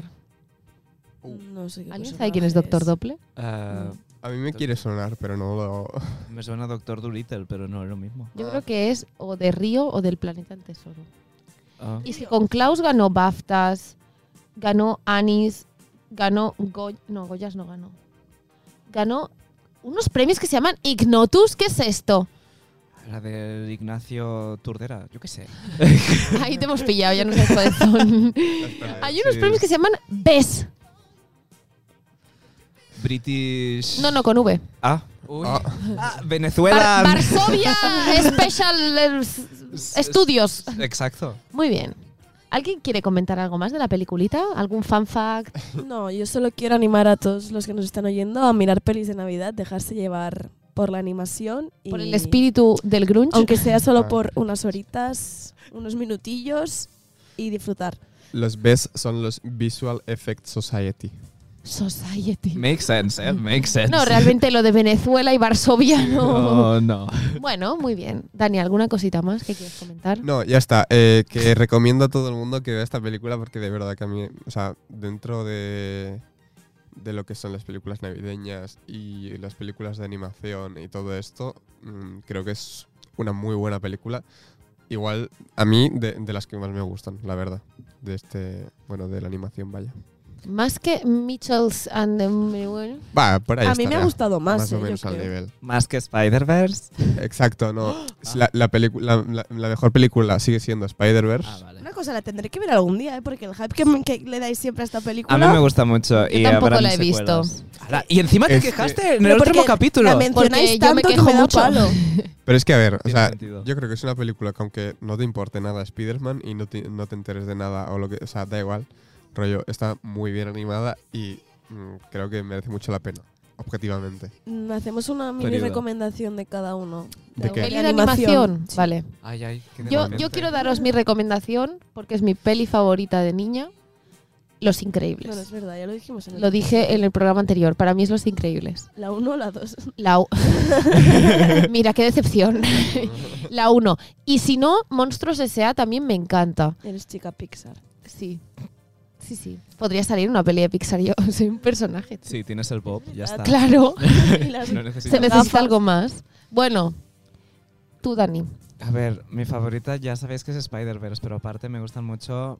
No sé qué ¿Alguien personaje sabe quién es doctor Doppler? Eh, A mí me quiere sonar, pero no lo... me suena Doctor Dolittle, pero no es lo mismo. Yo creo que es o de Río o del Planeta en Tesoro. Ah. Y es que con Klaus ganó BAFTAs, ganó Annies, ganó Goy no, Goyas no ganó. Ganó unos premios que se llaman Ignotus. ¿Qué es esto? La del Ignacio Turdera, yo qué sé. Ahí te hemos pillado, ya no sabes cuáles son. Hay unos Sí. premios que se llaman B E S. British. No, no, con V. Ah, uy. Ah. Ah, Venezuela. Bar- Varsovia Special eh, s- Studios. Exacto. Muy bien. ¿Alguien quiere comentar algo más de la peliculita? ¿Algún fan fact? No, yo solo quiero animar a todos los que nos están oyendo a mirar pelis de Navidad, dejarse llevar por la animación y Por el espíritu del grunge. aunque sea solo Ah. por unas horitas, unos minutillos y disfrutar. Los B E S son los Visual Effects Society. Society. Makes sense, eh. Makes sense. No, realmente lo de Venezuela y Varsovia no. No, no. Bueno, muy bien. Dani, ¿alguna cosita más que quieres comentar? No, ya está. Eh, que recomiendo a todo el mundo que vea esta película porque de verdad que a mí, o sea, dentro de, de lo que son las películas navideñas y las películas de animación y todo esto, mmm, creo que es una muy buena película. Igual a mí de, de las que más me gustan, la verdad. De este, bueno, de la animación, vaya. Más que Mitchells and the Meriwether. Va, por ahí A mí me estará, ha gustado más, Más o eh, yo menos al creo. nivel. Más que Spider-Verse. Exacto, no. La, la, pelicu- la, la, la mejor película sigue siendo Spider-Verse. Ah, vale. Una cosa, la tendré que ver algún día, ¿eh? Porque el hype que, me- que le dais siempre a esta película... A mí me gusta mucho. Yo y tampoco habrán la he visto. secuelas. Ala, y encima te Es que- quejaste en Pero el último porque capítulo. la mencionáis Porque yo me tanto que quejo me da mucho. palo. Pero es que, a ver, o Tiene sea, sentido. yo creo que es una película que aunque no te importe nada Spider-Man y no te, no te enteres de nada o lo que, o sea, da igual, rollo, está muy bien animada y mm, creo que merece mucho la pena, objetivamente. Mm, Hacemos una mini Periodo. recomendación de cada uno. ¿De qué? Peli de animación. Sí. Vale. Ay, ay, qué Yo, deprimente. yo quiero daros mi recomendación porque es mi peli favorita de niña. Los Increíbles. Bueno, es verdad, ya lo dijimos en el Lo dije en el programa anterior. Para mí es Los Increíbles. La uno o la dos. La u- Mira, qué decepción. La uno. Y si no, Monstruos S A también me encanta. Eres chica Pixar. Sí. Sí, sí. Podría salir una peli de Pixar yo. Soy un personaje. Sí, tienes el Bob, ya está. Claro. Y las- No Se necesitas. necesita gafas. algo más. Bueno, tú, Dani. A ver, mi favorita ya sabéis que es Spider-Verse, pero aparte me gustan mucho...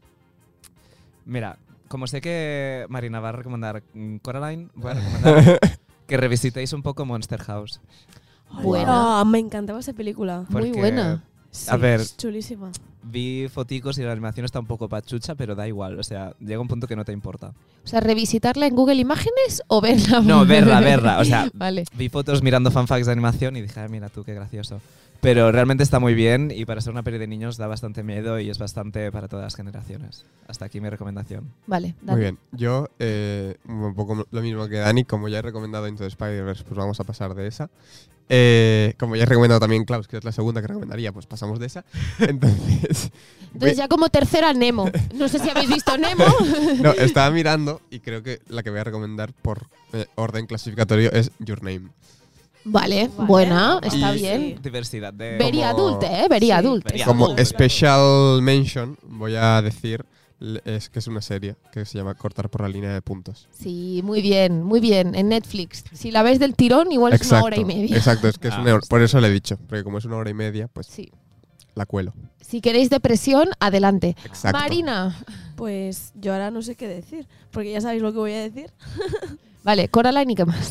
Mira, como sé que Marina va a recomendar mm, Coraline, voy a recomendar que revisitéis un poco Monster House. Buena. Ah, me encantaba esa película. Muy Porque buena. Sí, A ver. es chulísima. Vi foticos y la animación está un poco pachucha, pero da igual, o sea, llega un punto que no te importa. O sea, ¿revisitarla en Google Imágenes o verla? No, verla, verla, o sea, Vale. vi fotos mirando fanfacts de animación y dije, "Ah, mira tú, qué gracioso". Pero realmente está muy bien y para ser una peli de niños da bastante miedo y es bastante para todas las generaciones. Hasta aquí mi recomendación. Vale, Dani. Muy bien. Yo, eh, un poco lo mismo que Dani, como ya he recomendado Into the Spider-Verse, pues vamos a pasar de esa. Eh, como ya he recomendado también Klaus, que es la segunda que recomendaría, pues pasamos de esa. Entonces, Entonces ya como tercera Nemo. No sé si habéis visto Nemo. no, estaba mirando y creo que la que voy a recomendar por eh, orden clasificatorio es Your Name. Vale, Vale. buena, está Y- bien. Diversidad de... Very Como- adulte, ¿eh? Very Sí, adulte. very Como adulto. special mention, voy a decir l- es que es una serie que se llama Cortar por la línea de puntos. Sí, muy bien, muy bien. En Netflix. Si la ves del tirón, igual es una hora y media. Exacto, es que es Ah, una hora- está por eso le he dicho, porque como es una hora y media, pues Sí. la cuelo. Si queréis depresión, adelante. Exacto. Marina. Pues yo ahora no sé qué decir, porque ya sabéis lo que voy a decir. Vale, Coraline y qué más.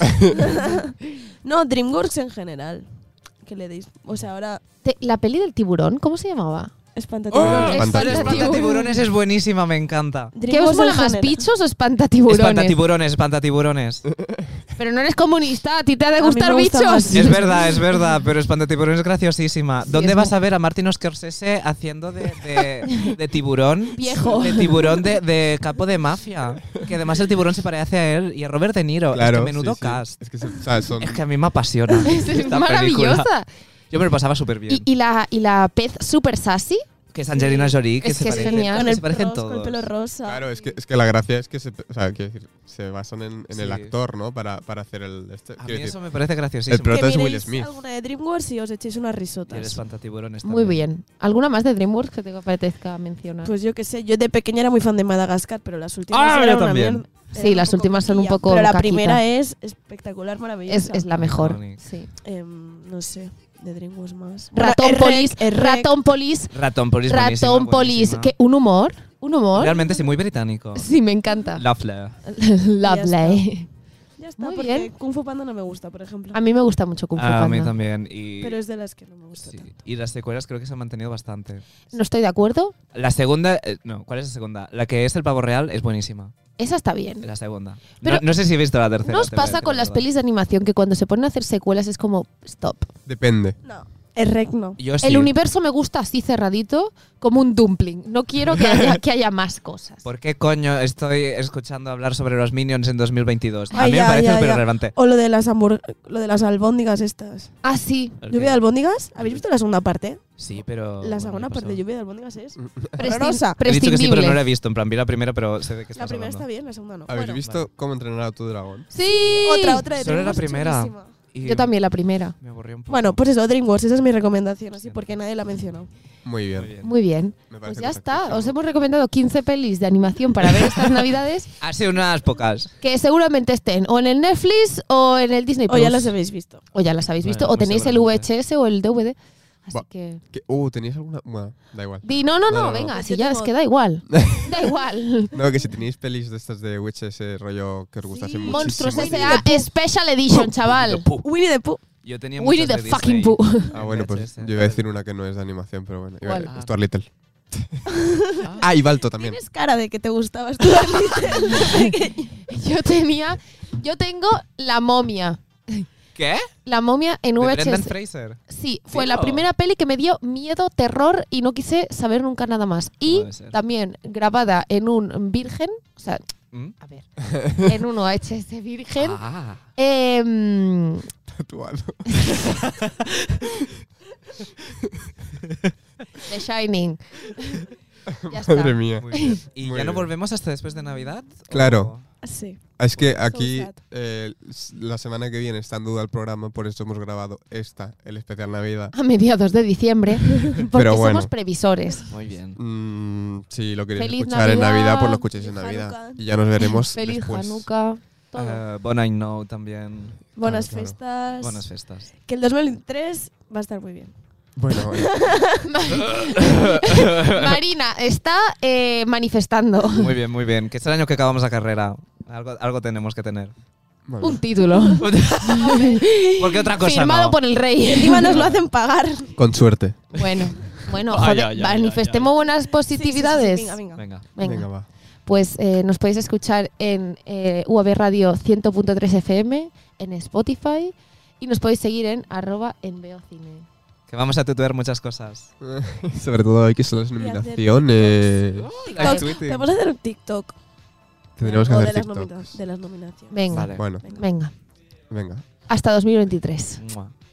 No, DreamWorks en general. Que le deis. O sea, ahora Te- la peli del tiburón, ¿cómo se llamaba? espantatiburones. Espantatiburones. Espantatiburones es buenísima, me encanta. ¿Qué DreamWorks os mola en más, general. bichos o espantatiburones? Espantatiburones, espantatiburones. Pero no eres comunista, a ti te ha de A mí gustar me gusta bichos. más. Es verdad, es verdad, pero Espantatiburones es graciosísima. Sí, ¿Dónde es vas mu- a ver a Martin Scorsese haciendo de, de, de tiburón? Viejo. De tiburón de, de capo de mafia. Que además el tiburón se parece a él y a Robert De Niro. Claro, es que menudo sí, sí. cast. Es que se- o sea, son Es que a mí me apasiona. Es esta maravillosa. película. Yo me lo pasaba súper bien. Y, y la, y la pez super sassy. que es Angelina Jolie, que Es se que es parecen, genial. Con se el, parecen ros- con el todos. pelo rosa. Claro, es que, es que la gracia es que se, o sea, quiero decir, se basan en, en el Sí. actor, ¿no? Para, para hacer el... Este, A quiero mí decir, eso me parece graciosísimo. el prota que es Will miréis Smith. alguna de DreamWorks y os echéis unas Y el risotas. Espantatiburones Muy también. bien. ¿Alguna más de DreamWorks que te apetezca mencionar? Pues yo qué sé, yo de pequeña era muy fan de Madagascar, pero las últimas Ah, eran yo una también. mierda. Sí, Era un las poco últimas son un coquilla, poco Pero la caquita. primera es espectacular, es, maravillosa. es la mejor. Iconic. Sí. Em, no sé, de DreamWorks más. Ratón Bueno, Polis, Shrek, Shrek. Ratón Polis, Ratón Polis buenísima, Ratón Polis. buenísima. Que un humor, un humor. Realmente sí, muy británico. Sí, me encanta. Lovely. Lovely. Ya está, Muy porque bien. Kung Fu Panda no me gusta, por ejemplo. A mí me gusta mucho Kung Fu A mí Panda. también. Y, Pero es de las que no me gusta sí. tanto. Y las secuelas creo que se han mantenido bastante. No estoy de acuerdo. La segunda, eh, no, ¿cuál es la segunda? La que es el pavo real es buenísima. Esa está bien. La segunda. Pero no, no sé si he visto la tercera. ¿No os te voy a pasa decir con la las verdad. pelis de animación que cuando se ponen a hacer secuelas es como stop? Depende. No, es Rec no. Yo sí. El universo me gusta así cerradito, como un dumpling. No quiero que haya, que haya más cosas. ¿Por qué coño estoy escuchando hablar sobre los Minions en dos mil veintidós? A Ay, mí ya, me parece ya, súper ya. relevante. O lo de las hamburg lo de las albóndigas estas. Ah, sí. ¿Lluvia de albóndigas? ¿Habéis visto la segunda parte? Sí, pero... La bueno, segunda ¿qué parte de pasó? Lluvia de albóndigas es. Prestin- Horrorosa. He dicho que sí, pero no la he prescindible. visto. En plan, vi la primera, pero sé de qué La estás primera hablando. está bien, la segunda no. ¿Habéis Bueno, visto vale. cómo entrenar a tu dragón? Sí. Otra, otra de Solo la DreamWorks primera. chulísima. Y Yo también la primera. Me aburrí un poco. Bueno, pues eso, DreamWorks, esa es mi recomendación, así Bien. porque nadie la ha mencionado. Muy bien. Muy bien. Muy bien. Me Pues parece ya está. correctísimo. Os hemos recomendado quince pelis de animación para ver estas navidades Hace unas pocas. que seguramente estén o en el Netflix o en el Disney O Plus. ya las habéis visto. O ya las habéis visto. Bueno, o muy tenéis el seguramente. V H S o el D V D. Así Va. que... ¿Qué? Uh, ¿teníais alguna? Bueno, da igual. Di, no, no, No, no, no, no. venga, Es si que ya, es tengo- que da igual. Da igual. No, que si tenéis pelis de estas de Witches, ese rollo que os gustase Sí. muchísimo. Monstruos Winnie S A Special Edition, chaval. Winnie the Pooh. Yo tenía Winnie muchas the de fucking Disney. Pooh. Ah, bueno, pues V H S. yo iba a decir una que no es de animación, pero bueno. Iba- ¿Cuál? Stuart Little. Ah, y Balto también. Tienes cara de que te gustaba Stuart Little. Yo tenía... Yo tengo La Momia. ¿Qué? La Momia en ¿De V H Brendan S. Fraser? Sí, fue Tío. la primera peli que me dio miedo, terror y no quise saber nunca nada más. Y Puede ser. también grabada en un virgen, o sea, ¿Mm? a ver, en un V H S virgen. Ah. em, Tatuado. The Shining. Ya está. Madre mía. Muy bien. ¿Y Muy ya no bien. volvemos hasta después de Navidad? Claro. Sí. Es que So aquí sad. eh, la semana que viene está en duda el programa, por eso hemos grabado esta, el especial Navidad. A mediados de diciembre, porque Pero bueno. somos previsores. O- Muy bien. Mm, si lo queréis Feliz escuchar en Navidad. Navidad, pues lo escuchéis en Feliz Navidad. Hanukkah. Y ya nos veremos Feliz después. Hanukkah. Todo. Eh, Bon I Know también. Buenas claro. fiestas. Buenas fiestas. Que el dos mil veintitrés va a estar muy bien. Bueno, eh, Marina está eh, manifestando Muy bien, muy bien. Que es el año que acabamos la carrera. Algo, algo tenemos que tener. bueno. un título Porque otra cosa firmado no. por el rey. Encima nos lo hacen pagar. Con suerte. Bueno, bueno, Ay, joder, ay, ay, manifestemos ay, buenas Sí, positividades. sí, sí, sí, venga, venga. Venga. Venga. Venga, va. Pues eh, nos podéis escuchar en eh, U A B Radio cien punto tres F M, en Spotify y nos podéis seguir en arroba en Beocine. Que vamos a tutear muchas cosas. Sobre todo hoy que son las hacer nominaciones. TikTok. tweeting. Podemos hacer un TikTok. Tendremos que O hacer de las, TikTok. nomina- de las nominaciones. Venga, Vale. Bueno, Venga. venga. venga. Hasta dos mil veintitrés. Mua.